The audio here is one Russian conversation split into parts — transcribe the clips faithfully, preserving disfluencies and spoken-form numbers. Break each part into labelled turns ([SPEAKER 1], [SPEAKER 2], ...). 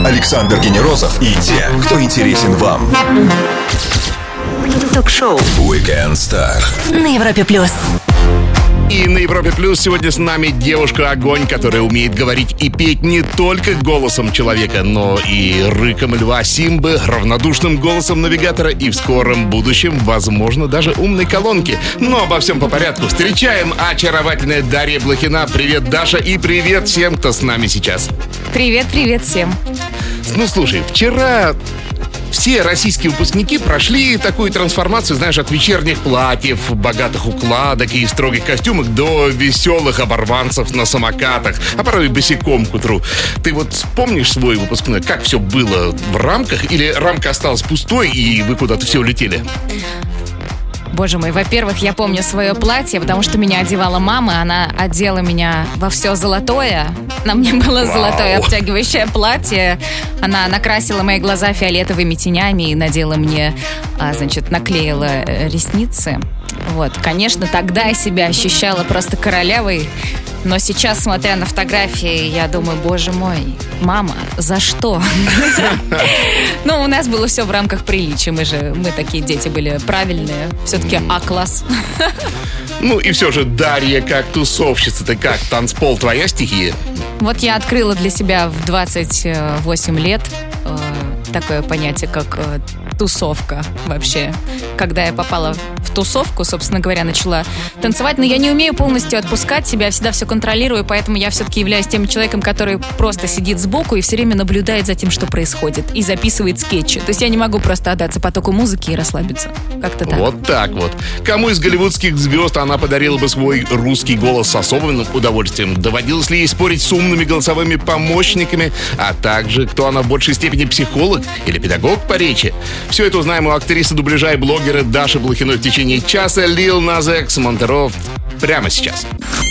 [SPEAKER 1] Александр Генерозов и те, кто интересен вам.
[SPEAKER 2] Ток-шоу
[SPEAKER 1] Weekend Star
[SPEAKER 2] на Европе плюс.
[SPEAKER 3] И на Европе Плюс сегодня с нами девушка-огонь, которая умеет говорить и петь не только голосом человека, но и рыком льва Симбы, равнодушным голосом навигатора и в скором будущем, возможно, даже умной колонки. Но обо всем по порядку. Встречаем очаровательная Дарья Блохина. Привет, Даша, и привет всем, кто с нами сейчас.
[SPEAKER 4] Привет-привет всем.
[SPEAKER 3] Ну, слушай, вчера... Все российские выпускники прошли такую трансформацию, знаешь, от вечерних платьев, богатых укладок и строгих костюмов до веселых оборванцев на самокатах, а порой и босиком к утру. Ты вот вспомнишь свой выпускной, как все было в рамках, или рамка осталась пустой и вы куда-то все улетели?
[SPEAKER 4] Боже мой, во-первых, я помню свое платье, потому что меня одевала мама, она одела меня во все золотое. На мне было
[SPEAKER 3] Вау.
[SPEAKER 4] Золотое обтягивающее платье. Она накрасила мои глаза фиолетовыми тенями и надела мне, а, значит, наклеила ресницы. Вот, конечно, тогда я себя ощущала просто королевой. Но сейчас, смотря на фотографии, я думаю, боже мой, мама, за что? Ну, у нас было все в рамках приличия. Мы же, мы такие дети были правильные. Все-таки А-класс.
[SPEAKER 3] Ну и все же, Дарья, как тусовщица, ты как, танцпол твоя стихия?
[SPEAKER 4] Вот я открыла для себя в двадцать восемь лет э, такое понятие, как э, тусовка вообще. Когда я попала в тусовку, собственно говоря, начала танцевать, но я не умею полностью отпускать себя, я всегда все контролирую, поэтому я все-таки являюсь тем человеком, который просто сидит сбоку и все время наблюдает за тем, что происходит, и записывает скетчи. То есть я не могу просто отдаться потоку музыки и расслабиться. Как-то так.
[SPEAKER 3] Вот так вот. Кому из голливудских звезд она подарила бы свой русский голос с особым удовольствием? Доводилось ли ей спорить с умными голосовыми помощниками? А также, кто она в большей степени, психолог или педагог по речи? Все это узнаем у актрисы дубляжа и блогера Даши Блохиной в течение часа. Lil Nas X, Монтеро прямо сейчас.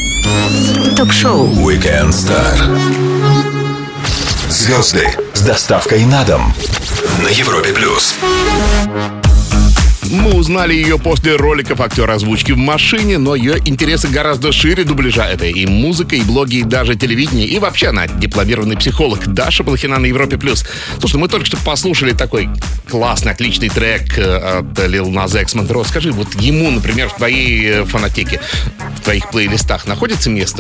[SPEAKER 2] Ток-шоу
[SPEAKER 1] Weekend Star. Звезды с доставкой на дом на Европе плюс.
[SPEAKER 3] Мы узнали ее после роликов актера озвучки в машине, но ее интересы гораздо шире дубляжа. Это и музыка, и блоги, и даже телевидение, и вообще она дипломированный психолог. Даша Блохина на Европе плюс. Слушай, мы только что послушали такой классный, отличный трек от Lil Nas X, Монтеро. Скажи, вот ему, например, в твоей фонотеке, в твоих плейлистах находится место?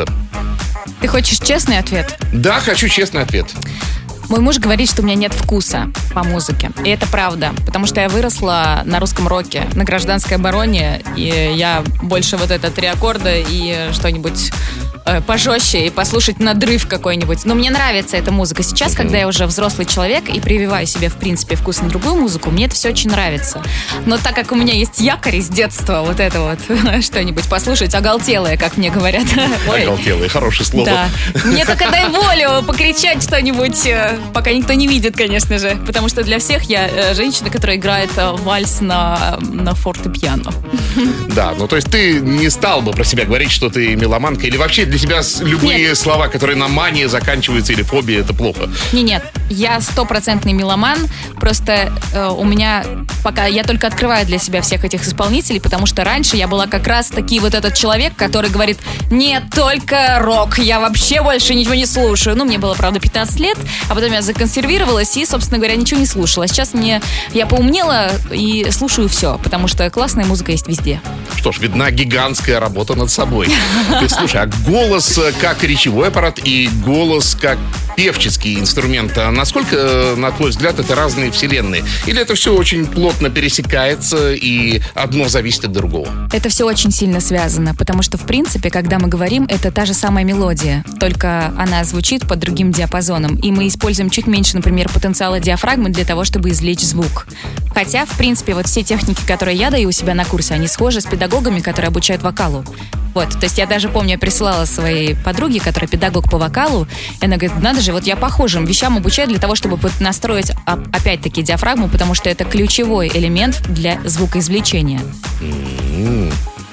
[SPEAKER 4] Ты хочешь честный ответ?
[SPEAKER 3] Да, хочу честный ответ.
[SPEAKER 4] Мой муж говорит, что у меня нет вкуса по музыке. И это правда, потому что я выросла на русском роке, на гражданской обороне, и я больше вот это три аккорда и что-нибудь э, пожестче, и послушать надрыв какой-нибудь. Но мне нравится эта музыка. Сейчас, mm-hmm. когда я уже взрослый человек и прививаю себе, в принципе, вкус на другую музыку, мне это все очень нравится. Но так как у меня есть якорь из детства, вот это вот что-нибудь послушать, оголтелое, как мне говорят.
[SPEAKER 3] Оголтелое, хорошее слово.
[SPEAKER 4] Да. Мне только дай волю покричать что-нибудь, пока никто не видит, конечно же. Потому что для всех я э, женщина, которая играет э, вальс на, на фортепиано.
[SPEAKER 3] Да, ну то есть ты не стал бы про себя говорить, что ты меломанка, или вообще для тебя любые
[SPEAKER 4] Нет.
[SPEAKER 3] слова, которые на мании заканчиваются, или фобия, это плохо?
[SPEAKER 4] Не, нет, я стопроцентный меломан. Просто э, у меня пока я только открываю для себя всех этих исполнителей, потому что раньше я была как раз таки вот этот человек, который говорит: нет, только рок, я вообще больше ничего не слушаю. Ну, мне было, правда, пятнадцать лет, а потом я законсервировалась и, собственно говоря, ничего не слушала. Сейчас мне я поумнела и слушаю все, потому что классная музыка есть везде.
[SPEAKER 3] Что ж, видна гигантская работа над собой. Слушай, а голос как речевой аппарат и голос как певческий инструмент, а насколько, на твой взгляд, это разные вселенные? Или это все очень плотно пересекается и одно зависит от другого?
[SPEAKER 4] Это все очень сильно связано, потому что, в принципе, когда мы говорим, это та же самая мелодия, только она звучит под другим диапазоном, и мы используем чуть меньше, например, потенциала диафрагмы для того, чтобы извлечь звук. Хотя, в принципе, вот все техники, которые я даю у себя на курсе, они схожи с педагогами, которые обучают вокалу. Вот, то есть я даже помню, я присылала своей подруге, которая педагог по вокалу, и она говорит: надо же, вот я похожим вещам обучаю для того, чтобы настроить опять-таки диафрагму, потому что это ключевой элемент для звукоизвлечения.
[SPEAKER 3] Mm-hmm.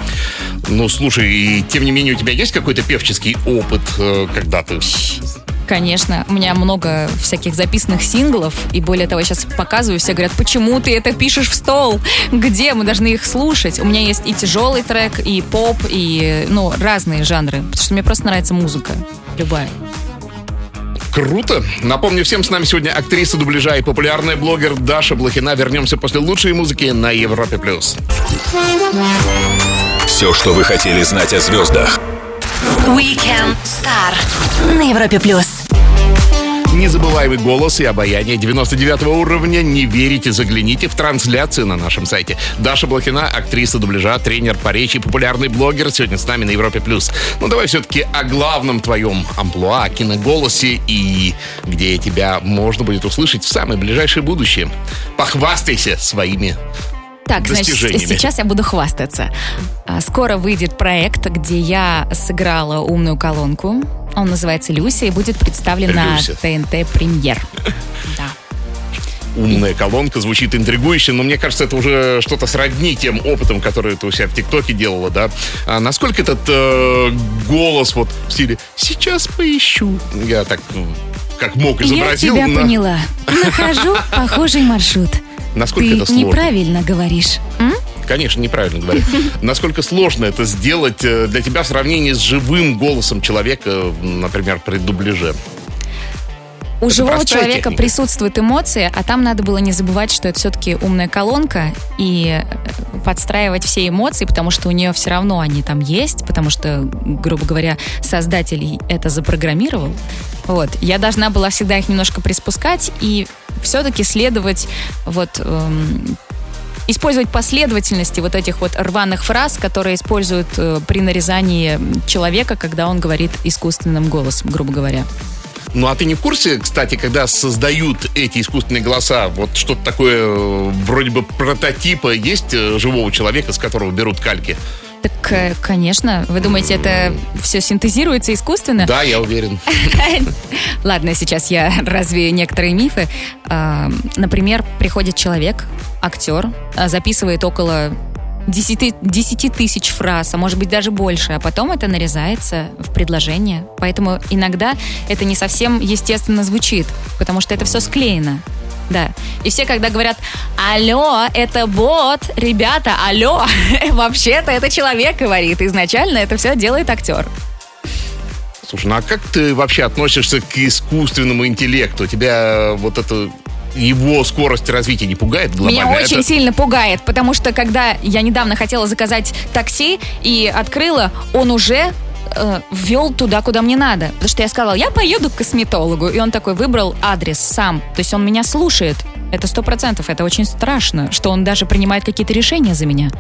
[SPEAKER 3] Ну, слушай, и тем не менее у тебя есть какой-то певческий опыт, когда ты...
[SPEAKER 4] Конечно, у меня много всяких записанных синглов, и более того, я сейчас показываю, все говорят: почему ты это пишешь в стол? Где? Мы должны их слушать. У меня есть и тяжелый трек, и поп, и, ну, разные жанры, потому что мне просто нравится музыка, любая.
[SPEAKER 3] Круто. Напомню всем, с нами сегодня актриса дубляжа и популярная блогер Даша Блохина. Вернемся после лучшей музыки на Европе+.
[SPEAKER 1] Все, что вы хотели знать о звездах.
[SPEAKER 2] Weekend Star на Европе+.
[SPEAKER 3] Незабываемый голос и обаяние девяносто девятого уровня. Не верите, загляните в трансляцию на нашем сайте. Даша Блохина, актриса дубляжа, тренер по речи, популярный блогер, сегодня с нами на Европе+. Ну, давай все-таки о главном твоем амплуа, киноголосе и где тебя можно будет услышать в самое ближайшее будущее. Похвастайся своими
[SPEAKER 4] Так, значит, сейчас я буду хвастаться. Скоро выйдет проект, где я сыграла умную колонку. Он называется «Люся» и будет представлен
[SPEAKER 3] Люся.
[SPEAKER 4] на ТНТ Премьер. Да.
[SPEAKER 3] Умная колонка звучит интригующе, но мне кажется, это уже что-то сродни тем опытом, который ты у себя в ТикТоке делала, да? А насколько этот э, голос вот в стиле «сейчас поищу», я так как мог изобразил.
[SPEAKER 4] Я тебя
[SPEAKER 3] на...
[SPEAKER 4] поняла. Нахожу похожий маршрут.
[SPEAKER 3] Насколько
[SPEAKER 4] Ты
[SPEAKER 3] это сложно?
[SPEAKER 4] неправильно говоришь. М?
[SPEAKER 3] Конечно, неправильно говорю. Насколько сложно это сделать для тебя в сравнении с живым голосом человека, например, при дубляже?
[SPEAKER 4] У
[SPEAKER 3] Это
[SPEAKER 4] живого
[SPEAKER 3] простая
[SPEAKER 4] человека
[SPEAKER 3] техника.
[SPEAKER 4] присутствуют эмоции, а там надо было не забывать, что это все-таки умная колонка, и подстраивать все эмоции, потому что у нее все равно они там есть, потому что, грубо говоря, создатель это запрограммировал. Вот. Я должна была всегда их немножко приспускать и все-таки следовать вот... Эм, использовать последовательности вот этих вот рваных фраз, которые используют э, при нарезании человека, когда он говорит искусственным голосом, грубо говоря.
[SPEAKER 3] Ну, а ты не в курсе, кстати, когда создают эти искусственные голоса, вот что-то такое, э, вроде бы прототипа есть э, живого человека, с которого берут кальки?
[SPEAKER 4] Так, э, конечно. Вы думаете, это все синтезируется искусственно?
[SPEAKER 3] Да, я уверен.
[SPEAKER 4] Ладно, сейчас я развею некоторые мифы. А, Например, приходит человек, актер, а, записывает около десять тысяч фраз, а может быть даже больше, а потом это нарезается в предложение. Поэтому иногда это не совсем естественно звучит, потому что это все склеено. Да. И все, когда говорят «Алло, это бот», ребята, алло, вообще-то это человек говорит. Изначально это все делает актер.
[SPEAKER 3] Слушай, ну а как ты вообще относишься к искусственному интеллекту? Тебя вот это... его скорость развития не пугает глобально?
[SPEAKER 4] Меня очень
[SPEAKER 3] это...
[SPEAKER 4] сильно пугает, потому что когда я недавно хотела заказать такси и открыла, он уже э, ввел туда, куда мне надо. Потому что я сказала, я поеду к косметологу. И он такой выбрал адрес сам. То есть он меня слушает. Это сто процентов. Это очень страшно, что он даже принимает какие-то решения за меня.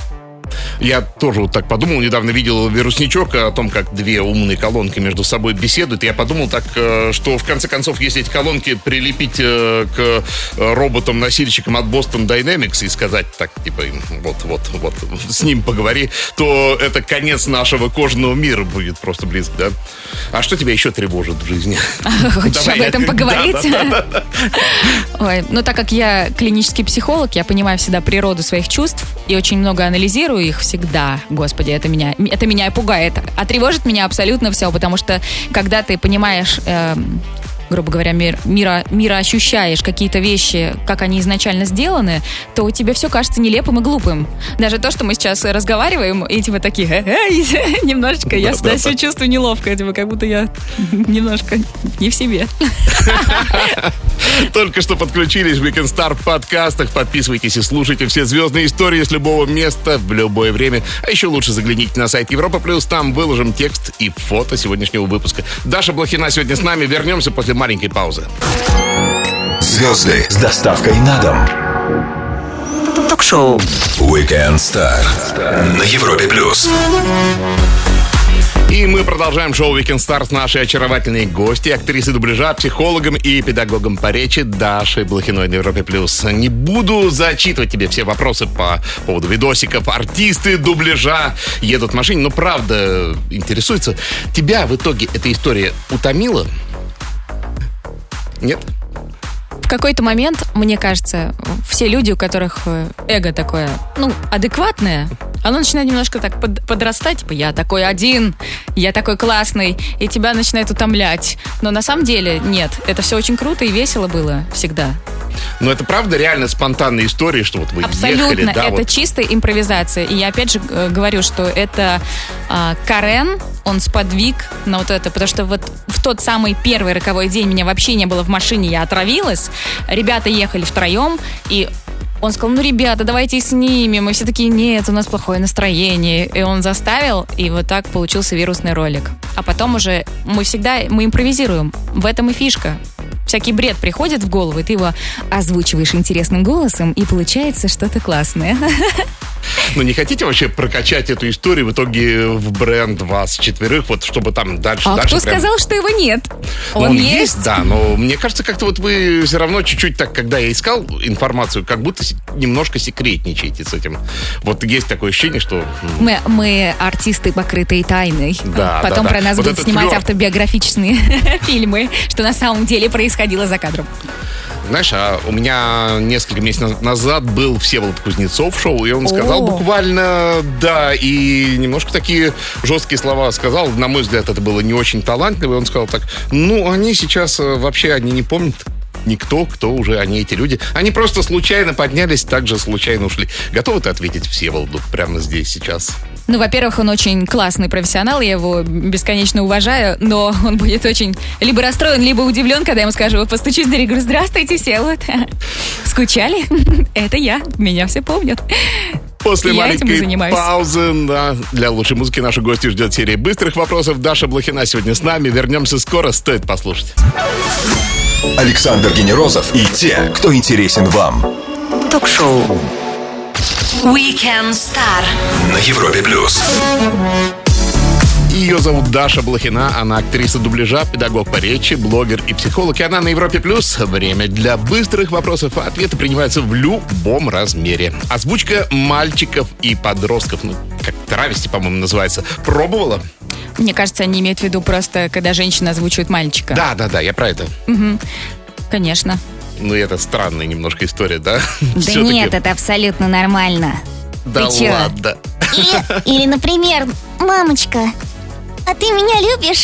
[SPEAKER 3] Я тоже вот так подумал, недавно видел вирусничок о том, как две умные колонки между собой беседуют. Я подумал так, что в конце концов, если эти колонки прилепить к роботам-носильщикам от Boston Dynamics и сказать так, типа, вот, вот, вот, с ним поговори, то это конец нашего кожаного мира будет просто близко, да? А что тебя еще тревожит в жизни?
[SPEAKER 4] Хочешь об этом поговорить? Ой, ну так как я клинический психолог, я понимаю всегда природу своих чувств и очень много анализирую их всегда. Господи, это меня, это меня и пугает. А тревожит меня абсолютно все, потому что когда ты понимаешь, э, грубо говоря, мир, мира, мироощущаешь какие-то вещи, как они изначально сделаны, то тебе все кажется нелепым и глупым. Даже то, что мы сейчас разговариваем, и типа такие, э-э, немножечко, я всегда себя чувствую неловко, типа, как будто я немножко не в себе.
[SPEAKER 3] Только что подключились в Weekend Star в подкастах. Подписывайтесь и слушайте все звездные истории с любого места в любое время. А еще лучше загляните на сайт Европа Плюс. Там выложим текст и фото сегодняшнего выпуска. Даша Блохина сегодня с нами. Вернемся после маленькой паузы.
[SPEAKER 1] Звезды с доставкой на дом.
[SPEAKER 2] Ток-шоу
[SPEAKER 1] Weekend Star на Европе Плюс.
[SPEAKER 3] И мы продолжаем шоу Weekend Star с нашей очаровательной гостьей, актрисой дубляжа, психологом и педагогом по речи Дашей Блохиной на Европе Плюс. Не буду зачитывать тебе все вопросы по поводу видосиков. Артисты дубляжа едут в машине, но правда интересуется. Тебя в итоге эта история утомила? Нет?
[SPEAKER 4] В какой-то момент, мне кажется, все люди, у которых эго такое, ну, адекватное, Оно начинает немножко так под, подрастать, типа, я такой один, я такой классный, и тебя начинает утомлять. Но на самом деле нет, это все очень круто и весело было всегда.
[SPEAKER 3] Но это правда реально спонтанная история, что вот вы
[SPEAKER 4] Абсолютно,
[SPEAKER 3] ехали, да?
[SPEAKER 4] это
[SPEAKER 3] вот...
[SPEAKER 4] чистая импровизация. И я опять же говорю, что это а, Карен, он сподвиг на вот это, потому что вот в тот самый первый роковой день меня вообще не было в машине, я отравилась, ребята ехали втроем, и он сказал, ну, ребята, давайте снимем. И все такие, нет, у нас плохое настроение. И он заставил, и вот так получился вирусный ролик. А потом уже мы всегда, мы импровизируем. В этом и фишка. Всякий бред приходит в голову, и ты его озвучиваешь интересным голосом, и получается что-то классное.
[SPEAKER 3] Ну, не хотите вообще прокачать эту историю в итоге в бренд вас четверых, вот чтобы там дальше...
[SPEAKER 4] А
[SPEAKER 3] дальше
[SPEAKER 4] кто
[SPEAKER 3] прям...
[SPEAKER 4] сказал, что его нет?
[SPEAKER 3] Он,
[SPEAKER 4] Он
[SPEAKER 3] есть?
[SPEAKER 4] есть,
[SPEAKER 3] да, но мне кажется, как-то вот вы все равно чуть-чуть так, когда я искал информацию, как будто немножко секретничаете с этим. Вот есть такое ощущение, что...
[SPEAKER 4] Мы, мы артисты, покрытые тайной.
[SPEAKER 3] Да,
[SPEAKER 4] Потом
[SPEAKER 3] да,
[SPEAKER 4] про
[SPEAKER 3] да.
[SPEAKER 4] нас
[SPEAKER 3] Вот
[SPEAKER 4] будут
[SPEAKER 3] этот
[SPEAKER 4] снимать
[SPEAKER 3] флёр.
[SPEAKER 4] автобиографичные фильмы, что на самом деле происходило за кадром.
[SPEAKER 3] Знаешь, а у меня несколько месяцев назад был Всеволод Кузнецов в шоу, и он сказал
[SPEAKER 4] О.
[SPEAKER 3] буквально, да, и немножко такие жесткие слова сказал. На мой взгляд, это было не очень талантливо. И он сказал так, ну, они сейчас э, вообще, они не помнят никто, кто уже они, эти люди. Они просто случайно поднялись, также случайно ушли. Готовы ты ответить Всеволоду прямо здесь, сейчас?
[SPEAKER 4] Ну, во-первых, он очень классный профессионал, я его бесконечно уважаю, но он будет очень либо расстроен, либо удивлен, когда я ему скажу, постучусь в дверь и говорю, здравствуйте, Всеволод. Скучали? Это я, меня все помнят.
[SPEAKER 3] После
[SPEAKER 4] Я этим и
[SPEAKER 3] маленькой
[SPEAKER 4] занимаюсь.
[SPEAKER 3] паузы, да, для лучшей музыки наши гости ждет серия быстрых вопросов. Даша Блохина сегодня с нами. Вернемся скоро, стоит послушать.
[SPEAKER 1] Александр Генерозов и те, кто интересен вам.
[SPEAKER 2] Ток-шоу Weekend Star
[SPEAKER 1] На Европе плюс.
[SPEAKER 3] Ее зовут Даша Блохина, она актриса дубляжа, педагог по речи, блогер и психолог. И она на Европе плюс. Время для быстрых вопросов, а ответы принимаются в любом размере. Озвучка мальчиков и подростков, ну, как травести, по-моему, называется. Пробовала?
[SPEAKER 4] Мне кажется, они имеют в виду просто, когда женщина озвучивает мальчика.
[SPEAKER 3] Да, да, да, я про это.
[SPEAKER 4] Угу. Конечно.
[SPEAKER 3] Ну, это странная немножко история, да?
[SPEAKER 5] Да
[SPEAKER 3] Все-таки-
[SPEAKER 5] нет, это абсолютно нормально.
[SPEAKER 3] Да
[SPEAKER 5] ты чё?
[SPEAKER 3] ладно.
[SPEAKER 5] Или, или, например, мамочка, а ты меня любишь?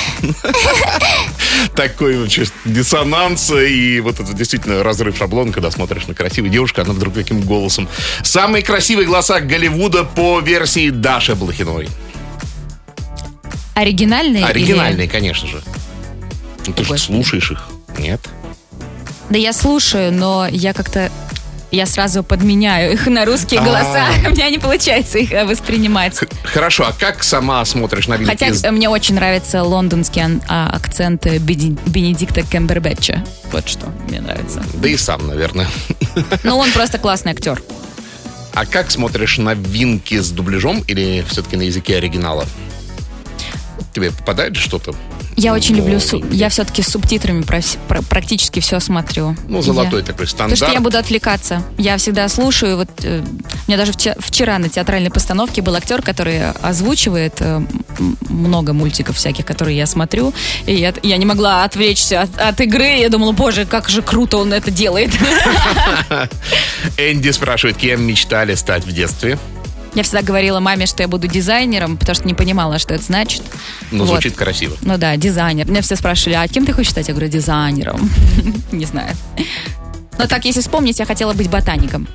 [SPEAKER 3] Такой вообще диссонанс и вот это действительно разрыв шаблона, когда смотришь на красивую девушку, она вдруг таким голосом. Самые красивые голоса Голливуда по версии Даши Блохиной.
[SPEAKER 4] Оригинальные?
[SPEAKER 3] Оригинальные,
[SPEAKER 4] или-
[SPEAKER 3] конечно же. Ну, ты же
[SPEAKER 4] Господи.
[SPEAKER 3] слушаешь их, нет?
[SPEAKER 4] Да я слушаю, но я как-то... Я сразу подменяю их на русские голоса.
[SPEAKER 3] А.
[SPEAKER 4] У меня не получается их э, воспринимать.
[SPEAKER 3] Хорошо, а как сама смотришь на
[SPEAKER 4] Хотя
[SPEAKER 3] вилки?
[SPEAKER 4] э, мне очень нравится лондонский ан- а, акцент э, Беди- Бенедикта Камбербэтча. Вот что мне нравится.
[SPEAKER 3] Да и сам, наверное.
[SPEAKER 4] Но он просто классный актер.
[SPEAKER 3] А как смотришь на винки с дубляжом или все-таки на языке оригинала? Тебе попадает что-то?
[SPEAKER 4] Я очень
[SPEAKER 3] Ну,
[SPEAKER 4] люблю... су- Я все-таки с субтитрами прос- пр- практически все смотрю.
[SPEAKER 3] Ну, золотой
[SPEAKER 4] Я-
[SPEAKER 3] такой
[SPEAKER 4] Потому
[SPEAKER 3] стандарт.
[SPEAKER 4] что я буду отвлекаться. Я всегда слушаю. Вот, э, у меня даже вчера, вчера на театральной постановке был актер, который озвучивает э, м- много мультиков всяких, которые я смотрю. И я, я не могла отвлечься от, от игры. Я думала, боже, как же круто он это делает.
[SPEAKER 3] Энди спрашивает, кем мечтали стать в детстве?
[SPEAKER 4] Я всегда говорила маме, что я буду дизайнером, потому что не понимала, что это значит.
[SPEAKER 3] Ну,
[SPEAKER 4] Вот.
[SPEAKER 3] звучит красиво.
[SPEAKER 4] Ну да, дизайнер. Меня все спрашивали, а кем ты хочешь стать? Я говорю, дизайнером. Не знаю. Но так, если вспомнить, я хотела быть ботаником.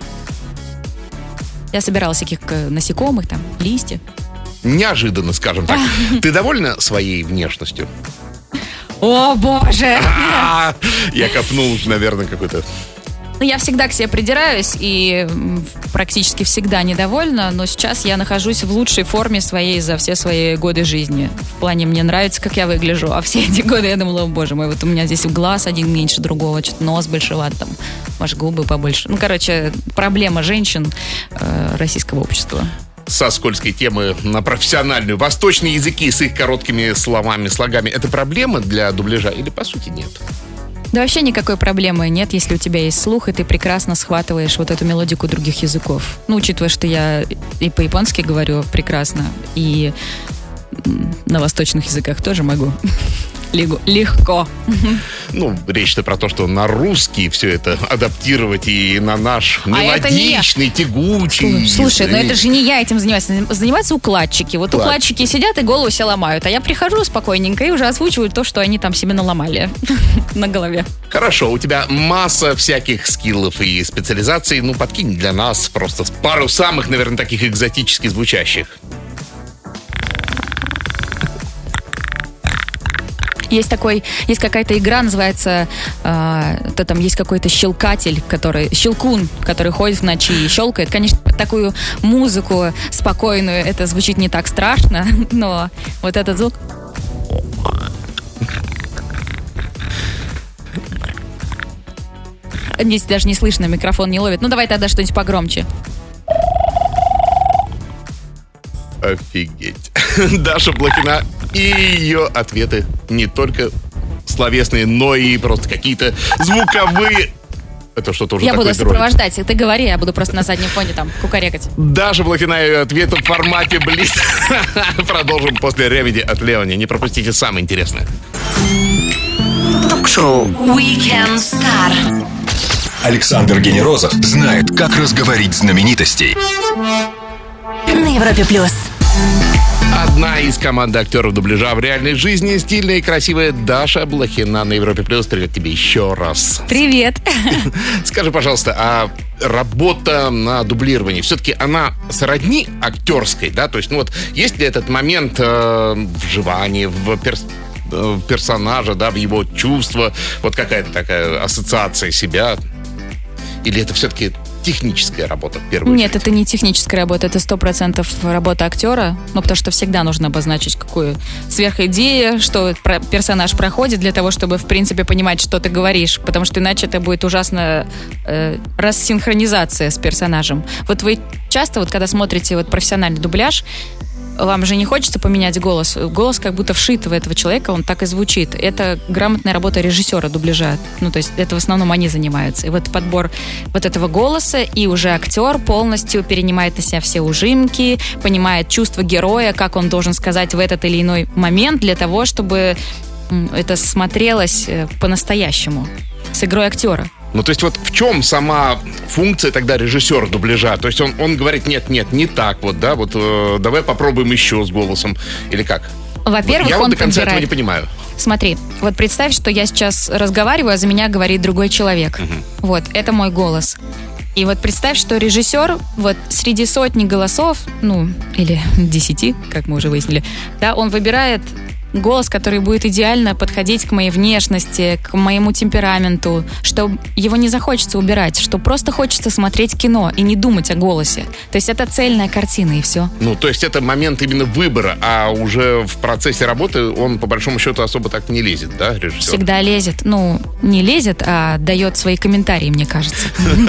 [SPEAKER 4] Я собирала всяких э, насекомых, там, листья.
[SPEAKER 3] Неожиданно, скажем так. Ты довольна своей внешностью?
[SPEAKER 4] О, боже!
[SPEAKER 3] А, Я копнул, наверное, какой-то...
[SPEAKER 4] Ну, я всегда к себе придираюсь и м, практически всегда недовольна, но сейчас я нахожусь в лучшей форме своей за все свои годы жизни. В плане, мне нравится, как я выгляжу, а все эти годы я думала, о, боже мой, вот у меня здесь глаз один меньше другого, что-то нос большеват, там, может, губы побольше. Ну, короче, проблема женщин э, российского общества.
[SPEAKER 3] Со скользкой темы на профессиональную. Восточные языки с их короткими словами, слогами. Это проблема для дубляжа или, по сути, нет?
[SPEAKER 4] Да вообще никакой проблемы нет, если у тебя есть слух, и ты прекрасно схватываешь вот эту мелодику других языков. Ну, учитывая, что я и по-японски говорю прекрасно, и м, на восточных языках тоже могу. легко.
[SPEAKER 3] Ну, речь-то про то, что на русский все это адаптировать и на наш
[SPEAKER 4] А
[SPEAKER 3] мелодичный,
[SPEAKER 4] не...
[SPEAKER 3] тягучий.
[SPEAKER 4] Слушай,
[SPEAKER 3] язык.
[SPEAKER 4] но это же не я этим занимаюсь. Занимаются укладчики. Вот
[SPEAKER 3] Клад.
[SPEAKER 4] укладчики сидят и голову себе ломают. А я прихожу спокойненько и уже озвучиваю то, что они там себе наломали на голове.
[SPEAKER 3] Хорошо, у тебя масса всяких скиллов и специализаций. Ну, подкинь для нас просто пару самых, наверное, таких экзотически звучащих.
[SPEAKER 4] Есть такой, есть какая-то игра, называется, э, то там есть какой-то щелкатель, который, щелкун, который ходит в ночи и щелкает. Конечно, под такую музыку спокойную это звучит не так страшно, но вот этот звук... Здесь даже не слышно, микрофон не ловит. Ну, давай тогда что-нибудь погромче.
[SPEAKER 3] Офигеть. Даша Блохина и ее ответы не только словесные, но и просто какие-то звуковые. Это что-то уже
[SPEAKER 4] Я
[SPEAKER 3] такое
[SPEAKER 4] буду
[SPEAKER 3] здоровье.
[SPEAKER 4] сопровождать, ты говори, я буду просто на заднем фоне там кукарекать.
[SPEAKER 3] Даша Блохина и ее ответы в формате Блиц. Продолжим после Remedy от Леони. Не пропустите самое интересное.
[SPEAKER 2] Ток-шоу Weekend Star.
[SPEAKER 1] Александр Генерозов знает, как разговорить знаменитостей.
[SPEAKER 2] На Европе плюс.
[SPEAKER 3] Одна из команды актеров дубляжа в реальной жизни, стильная и красивая Даша Блохина на Европе плюс. Привет тебе еще раз.
[SPEAKER 4] Привет.
[SPEAKER 3] Скажи, пожалуйста, а работа на дублировании, все-таки она сродни актерской, да? То есть, ну вот, есть ли этот момент э, вживания в перс в персонажа, да, в его чувства, вот какая-то такая ассоциация себя? Или это все-таки техническая работа в первую
[SPEAKER 4] Нет,
[SPEAKER 3] очередь?
[SPEAKER 4] это не техническая работа, это сто процентов работа актера, ну, потому что всегда нужно обозначить какую сверхидею, что про- персонаж проходит для того, чтобы, в принципе, понимать, что ты говоришь, потому что иначе это будет ужасно э, рассинхронизация с персонажем. Вот вы часто, вот когда смотрите вот профессиональный дубляж, вам же не хочется поменять голос. Голос как будто вшит в этого человека, он так и звучит. Это грамотная работа режиссера дубляжа. Ну, то есть это в основном они занимаются. И вот подбор вот этого голоса, и уже актер полностью перенимает на себя все ужимки, понимает чувство героя, как он должен сказать в этот или иной момент для того, чтобы это смотрелось по-настоящему с игрой актера.
[SPEAKER 3] Ну, то есть вот в чем сама функция тогда режиссера дубляжа? То есть он, он говорит, нет, нет, не так вот, да, вот э, давай попробуем еще с голосом. Или как?
[SPEAKER 4] Во-первых,
[SPEAKER 3] вот я
[SPEAKER 4] он
[SPEAKER 3] вот до конца
[SPEAKER 4] подбирает...
[SPEAKER 3] этого не понимаю.
[SPEAKER 4] Смотри, вот представь, что я сейчас разговариваю, а за меня говорит другой человек.
[SPEAKER 3] Угу.
[SPEAKER 4] Вот, это мой голос. И вот представь, что режиссер вот среди сотни голосов, ну, или десяти, как мы уже выяснили, да, он выбирает голос, который будет идеально подходить к моей внешности, к моему темпераменту, что его не захочется убирать, что просто хочется смотреть кино и не думать о голосе. То есть это цельная картина, и все.
[SPEAKER 3] Ну, то есть это момент именно выбора, а уже в процессе работы он, по большому счету, особо так не лезет, да, режиссер?
[SPEAKER 4] Всегда лезет. Ну, не лезет, а дает свои комментарии, мне кажется.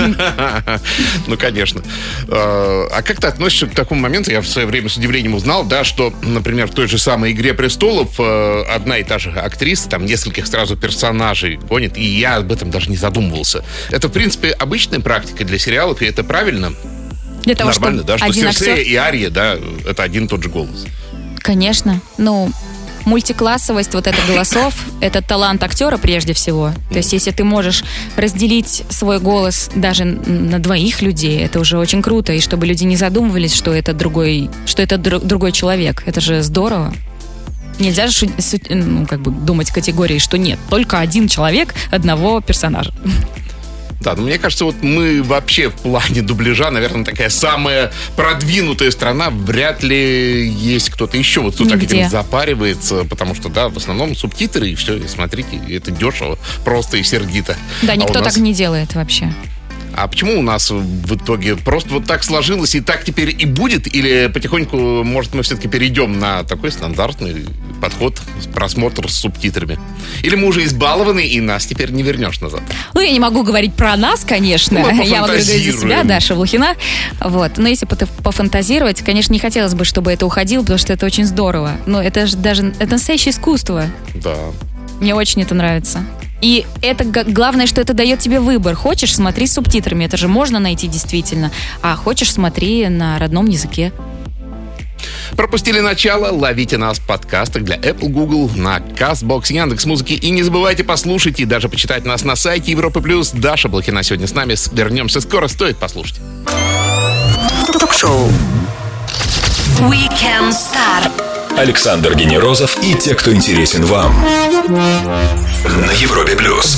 [SPEAKER 3] Ну, конечно. А как ты относишься к такому моменту? Я в свое время с удивлением узнал, да, что, например, в той же самой «Игре престолов» одна и та же актриса там нескольких сразу персонажей гонит, и я об этом даже не задумывался. Это, в принципе, обычная практика для сериалов, и это правильно?
[SPEAKER 4] Для того,
[SPEAKER 3] Нормально, да? Что
[SPEAKER 4] один
[SPEAKER 3] Серсея
[SPEAKER 4] актер...
[SPEAKER 3] и Ария, да, это один и тот же голос.
[SPEAKER 4] Конечно. Ну, мультиклассовость вот это голосов, это талант актера прежде всего. То есть, если ты можешь разделить свой голос даже на двоих людей, это уже очень круто. И чтобы люди не задумывались, что это другой, что это дру- другой человек. Это же здорово. Нельзя же ну, как бы думать категорией, что нет, только один человек одного персонажа.
[SPEAKER 3] Да, но мне кажется, вот мы вообще в плане дубляжа, наверное, такая самая продвинутая страна. Вряд ли есть кто-то еще, вот кто так этим запаривается, потому что, да, в основном субтитры, и все, и смотрите, это дешево, просто и сердито.
[SPEAKER 4] Да, никто
[SPEAKER 3] а нас...
[SPEAKER 4] так не делает вообще.
[SPEAKER 3] А почему у нас в итоге просто вот так сложилось, и так теперь и будет? Или потихоньку, может, мы все-таки перейдем на такой стандартный подход, просмотр с субтитрами? Или мы уже избалованы, и нас теперь не вернешь назад?
[SPEAKER 4] Ну, я не могу говорить про нас, конечно.
[SPEAKER 3] Ну,
[SPEAKER 4] я могу говорить за себя, Даша Блохина. Вот. Но если пофантазировать, конечно, не хотелось бы, чтобы это уходило, потому что это очень здорово. Но это же даже это настоящее искусство.
[SPEAKER 3] Да.
[SPEAKER 4] Мне очень это нравится. И это главное, что это дает тебе выбор. Хочешь, смотри с субтитрами, это же можно найти действительно. А хочешь, смотри на родном языке.
[SPEAKER 3] пропустили начало, ловите нас в подкастах для Apple, Google, на Castbox, Яндекс.Музыки. И не забывайте послушать и даже почитать нас на сайте Европы Плюс. Даша Блохина сегодня с нами. Вернемся скоро, стоит послушать.
[SPEAKER 2] Ток-шоу Weekend Star.
[SPEAKER 1] Александр Генерозов и те, кто интересен вам. На Европе Плюс.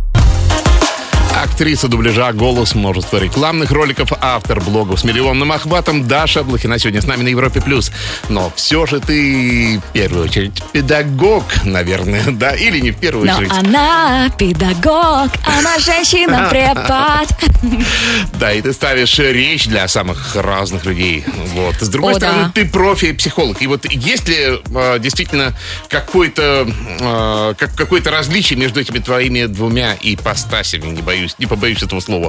[SPEAKER 3] Актриса дубляжа, голос множества рекламных роликов, автор блогов с миллионным охватом Даша Блохина сегодня с нами на Европе Плюс. Но все же ты, в первую очередь, педагог, наверное, да? Или не в первую
[SPEAKER 4] Но
[SPEAKER 3] очередь?
[SPEAKER 4] она педагог, она женщина-препод.
[SPEAKER 3] Да, и ты ставишь речь для самых разных людей. Вот. С другой
[SPEAKER 4] О,
[SPEAKER 3] стороны,
[SPEAKER 4] да.
[SPEAKER 3] ты профи-психолог. И вот есть ли э, действительно какое-то, э, как, какое-то различие между этими твоими двумя ипостасями, не боюсь, не побоюсь этого слова?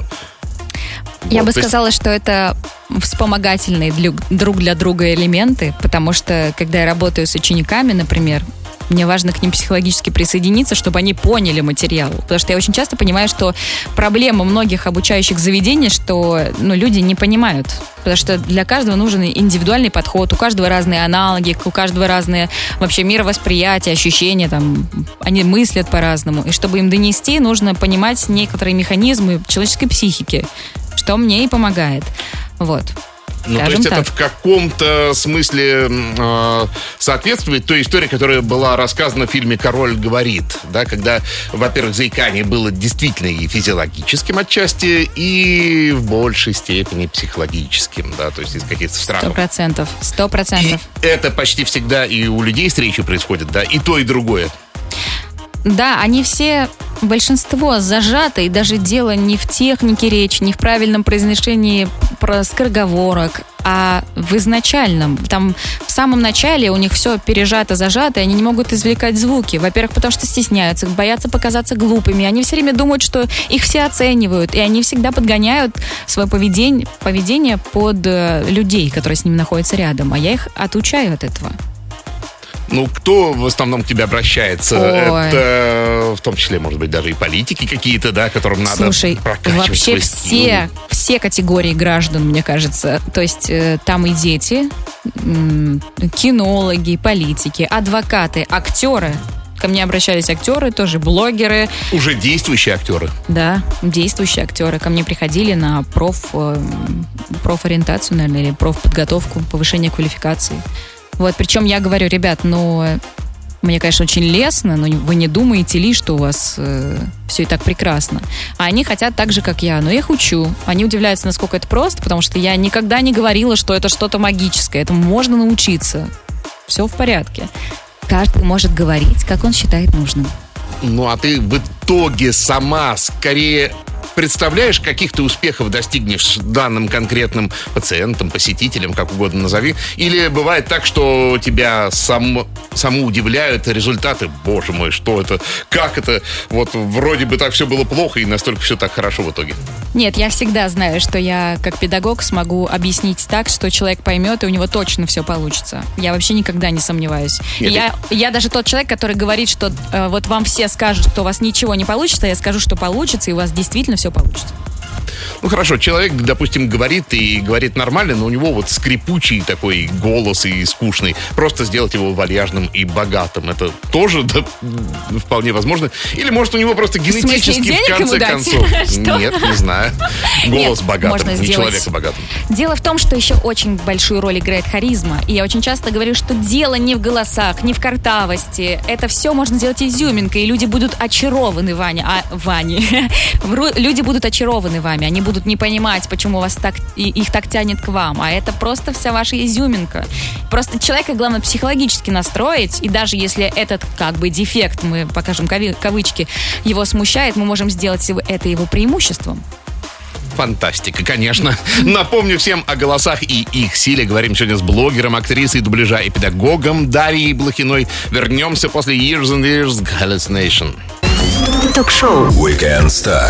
[SPEAKER 4] Я
[SPEAKER 3] Вот,
[SPEAKER 4] бы
[SPEAKER 3] то есть-
[SPEAKER 4] сказала, что это вспомогательные для- друг для друга элементы, потому что, когда я работаю с учениками, например, мне важно к ним психологически присоединиться, чтобы они поняли материал. Потому что я очень часто понимаю, что проблема многих обучающих заведений, что ну, люди не понимают. Потому что для каждого нужен индивидуальный подход, у каждого разные аналоги, у каждого разные вообще мировосприятия, ощущения, там, они мыслят по-разному. И чтобы им донести, нужно понимать некоторые механизмы человеческой психики, что мне и помогает. Вот.
[SPEAKER 3] Ну, то
[SPEAKER 4] Скажем
[SPEAKER 3] есть
[SPEAKER 4] так.
[SPEAKER 3] это в каком-то смысле э, соответствует той истории, которая была рассказана в фильме «Король говорит», да, когда, во-первых, заикание было действительно и физиологическим отчасти, и в большей степени психологическим, да, то есть из каких-то
[SPEAKER 4] Сто
[SPEAKER 3] страхов.
[SPEAKER 4] процентов. Сто
[SPEAKER 3] И
[SPEAKER 4] процентов.
[SPEAKER 3] это почти всегда и у людей с речью происходит, да, и то, и другое.
[SPEAKER 4] Да, они все, большинство зажаты, и даже дело не в технике речи, не в правильном произношении про скороговорок, а в изначальном. Там в самом начале у них все пережато, зажато, и они не могут извлекать звуки. Во-первых, потому что стесняются, боятся показаться глупыми. Они все время думают, что их все оценивают, и они всегда подгоняют свое поведение, поведение под э, людей, которые с ними находятся рядом. А я их отучаю от этого.
[SPEAKER 3] Ну, кто в основном к тебе обращается?
[SPEAKER 4] Ой.
[SPEAKER 3] Это в том числе, может быть, даже и политики какие-то, да, которым надо
[SPEAKER 4] Слушай,
[SPEAKER 3] прокачивать
[SPEAKER 4] вообще
[SPEAKER 3] свой скилл.
[SPEAKER 4] все, все категории граждан, мне кажется. То есть э, там и дети, м, кинологи, политики, адвокаты, актеры. Ко мне обращались актеры, тоже блогеры,
[SPEAKER 3] Уже действующие актеры.
[SPEAKER 4] да, действующие актеры. Ко мне приходили на проф, э, профориентацию, наверное, или профподготовку, повышение квалификации. Вот, причем я говорю, ребят, ну, э, мне, конечно, очень лестно, но вы не думаете ли, что у вас э, все и так прекрасно. А они хотят так же, как я, но я их учу. Они удивляются, насколько это просто, потому что я никогда не говорила, что это что-то магическое. Этому можно научиться. Все в порядке. Каждый может говорить, как он считает нужным.
[SPEAKER 3] Ну, а ты в итоге сама скорее представляешь, каких ты успехов достигнешь данным конкретным пациентам, посетителям, как угодно назови? Или бывает так, что тебя сам, саму удивляют результаты? Боже мой, что это? Как это? Вот вроде бы так все было плохо, и настолько все так хорошо в итоге.
[SPEAKER 4] Нет, я всегда знаю, что я как педагог смогу объяснить так, что человек поймет, и у него точно все получится. Я вообще никогда не сомневаюсь.
[SPEAKER 3] Нет,
[SPEAKER 4] я, я даже тот человек, который говорит, что э, вот вам все скажут, что у вас ничего не получится, я скажу, что получится, и у вас действительно все получится.
[SPEAKER 3] Ну хорошо, человек, допустим, говорит и говорит нормально, но у него вот скрипучий такой голос и скучный. Просто сделать его вальяжным и богатым. Это тоже да, вполне возможно. Или может у него просто генетически
[SPEAKER 4] смысле, денег
[SPEAKER 3] в конце
[SPEAKER 4] ему дать?
[SPEAKER 3] концов.
[SPEAKER 4] Что?
[SPEAKER 3] Нет, не знаю. Голос
[SPEAKER 4] Нет,
[SPEAKER 3] богатым,
[SPEAKER 4] можно
[SPEAKER 3] не
[SPEAKER 4] сделать.
[SPEAKER 3] человека богатым.
[SPEAKER 4] Дело в том, что еще очень большую роль играет харизма. И я очень часто говорю, что дело не в голосах, не в картавости. Это все можно сделать изюминкой, и люди будут очарованы Ваня, а, Ване. Люди будут очарованы вами. Они будут не понимать, почему вас так, и, их так тянет к вам. А это просто вся ваша изюминка. Просто человека, главное, психологически настроить. И даже если этот, как бы, дефект, мы покажем кави- кавычки, его смущает, мы можем сделать его- это его преимуществом.
[SPEAKER 3] Фантастика, конечно. Напомню всем о голосах и их силе. Говорим сегодня с блогером, актрисой дубляжа и педагогом Дарьей Блохиной. Вернемся после Years and Years Hallucination.
[SPEAKER 2] Ток-шоу
[SPEAKER 1] Weekend Star.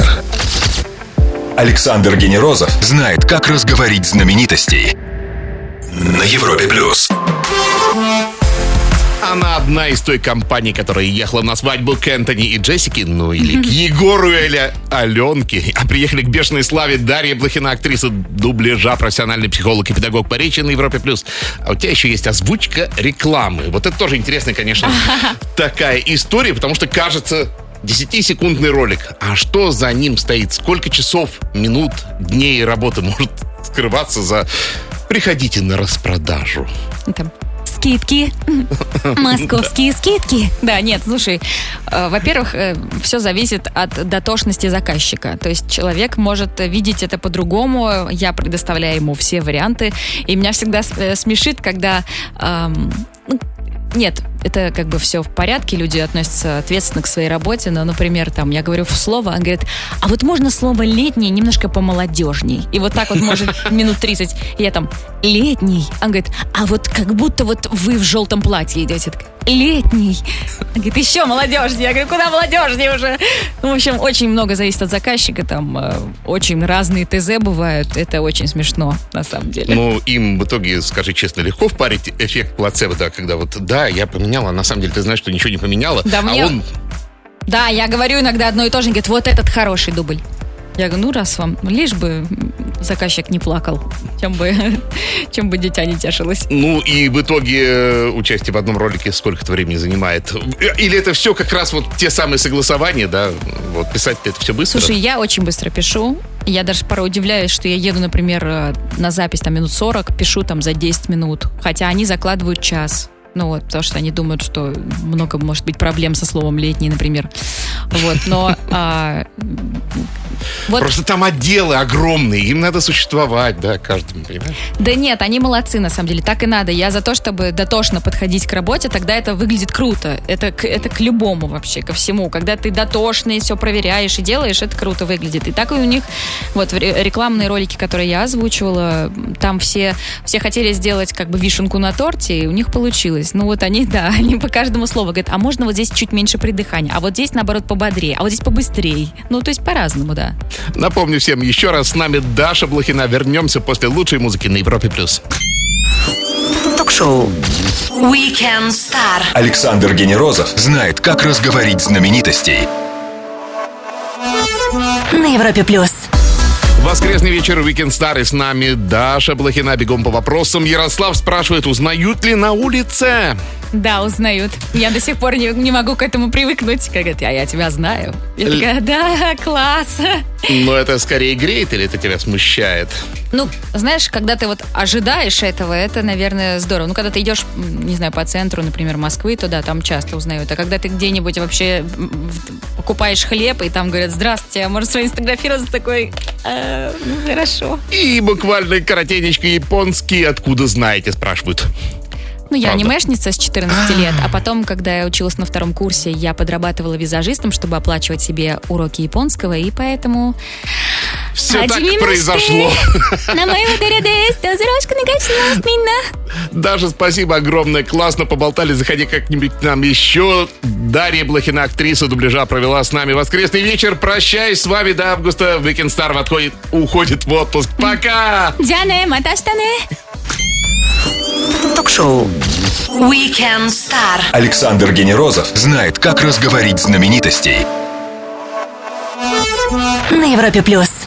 [SPEAKER 1] Александр Генерозов знает, как разговорить знаменитостей. На Европе Плюс.
[SPEAKER 3] Она одна из той компании, которая ехала на свадьбу к Энтони и Джессике, ну или к Егору или Аленке. А приехали к бешеной славе Дарья Блохина, актриса дубляжа, профессиональный психолог и педагог по речи на Европе+. А у тебя еще есть озвучка рекламы. Вот это тоже интересная, конечно, такая история, потому что кажется... десятисекундный ролик. А что за ним стоит? Сколько часов, минут, дней работы может скрываться за «приходите на распродажу»?
[SPEAKER 4] Там скидки, московские скидки. Да, нет, слушай, э, во-первых, э, все зависит от дотошности заказчика. То есть человек может видеть это по-другому. Я предоставляю ему все варианты. И меня всегда э, смешит, когда... эм, Нет, это как бы все в порядке, люди относятся ответственно к своей работе, но, например, там, я говорю слово, он говорит, а вот можно слово «летний» немножко помолодежней? И вот так вот может минут тридцать. Я там, «летний», он говорит, а вот как будто вот вы в желтом платье идете. Так, «летний». Он говорит, еще молодежней. Я говорю, куда молодежней уже? Ну, в общем, очень много зависит от заказчика, там э, очень разные ТЗ бывают, это очень смешно, на самом деле.
[SPEAKER 3] Ну, им в итоге, скажи честно, легко впарить эффект плацебо, да, когда вот, да, я поменяла, а на самом деле ты знаешь, что ничего не поменяла,
[SPEAKER 4] да,
[SPEAKER 3] а
[SPEAKER 4] мне...
[SPEAKER 3] он...
[SPEAKER 4] Да, я говорю иногда одно и то же, он говорит, вот этот хороший дубль. Я говорю, ну раз вам, лишь бы заказчик не плакал, чем бы, чем бы дитя не тешилось.
[SPEAKER 3] Ну и в итоге участие в одном ролике сколько-то времени занимает? Или это все как раз вот те самые согласования, да? Вот писать-то это все быстро?
[SPEAKER 4] Слушай, я очень быстро пишу. Я даже порой удивляюсь, что я еду, например, на запись там минут сорок, пишу там за десять минут. Хотя они закладывают час. Ну вот, потому что они думают, что много может быть проблем со словом «летний», например. Вот, но... А, вот.
[SPEAKER 3] Просто там отделы огромные, им надо существовать, да, каждому, понимаешь?
[SPEAKER 4] Да нет, они молодцы, на самом деле, так и надо. Я за то, чтобы дотошно подходить к работе, тогда это выглядит круто. Это, это к любому вообще, ко всему. Когда ты дотошный, все проверяешь и делаешь, это круто выглядит. И так и у них, вот, рекламные ролики, которые я озвучивала, там все, все хотели сделать как бы вишенку на торте, и у них получилось. Ну вот они, да, они по каждому слову говорят, а можно вот здесь чуть меньше придыхания, а вот здесь, наоборот, пободрее, а вот здесь побыстрее. Ну, то есть по-разному, да.
[SPEAKER 3] Напомню всем еще раз, с нами Даша Блохина. Вернемся после лучшей музыки на Европе+.
[SPEAKER 2] Ток-шоу Weekend Star.
[SPEAKER 1] Александр Генерозов знает, как разговорить знаменитостей.
[SPEAKER 2] На Европе+.
[SPEAKER 3] Воскресный вечер, Weekend Star, и с нами Даша Блохина. Бегом по вопросам. Ярослав спрашивает, узнают ли на улице?
[SPEAKER 4] Да, узнают. Я до сих пор не, не могу к этому привыкнуть. Как говорят, а я тебя знаю. Я такая, да, класс.
[SPEAKER 3] Но это скорее греет или это тебя смущает?
[SPEAKER 4] Ну, знаешь, когда ты вот ожидаешь этого, это, наверное, здорово. Ну, когда ты идешь, не знаю, по центру, например, Москвы, то да, там часто узнают. А когда ты где-нибудь вообще покупаешь хлеб, и там говорят, здравствуйте, а может с вами сфотографироваться, такой, «А, ну, хорошо».
[SPEAKER 3] И буквально коротенечко японский, откуда знаете, спрашивают.
[SPEAKER 4] Ну, я
[SPEAKER 3] Правда?
[SPEAKER 4] анимешница с четырнадцати лет, а потом, когда я училась на втором курсе, я подрабатывала визажистом, чтобы оплачивать себе уроки японского, и поэтому...
[SPEAKER 3] Все так произошло. Даша, спасибо огромное, классно поболтали, заходи как-нибудь к нам еще. Дарья Блохина, актриса дубляжа, провела с нами воскресный вечер. Прощаюсь с вами до августа. Weekend Star отходит, уходит в отпуск. Пока!
[SPEAKER 2] Ток-шоу Weekend Star.
[SPEAKER 1] Александр Генерозов знает, как разговорить знаменитостей.
[SPEAKER 2] На Европе+.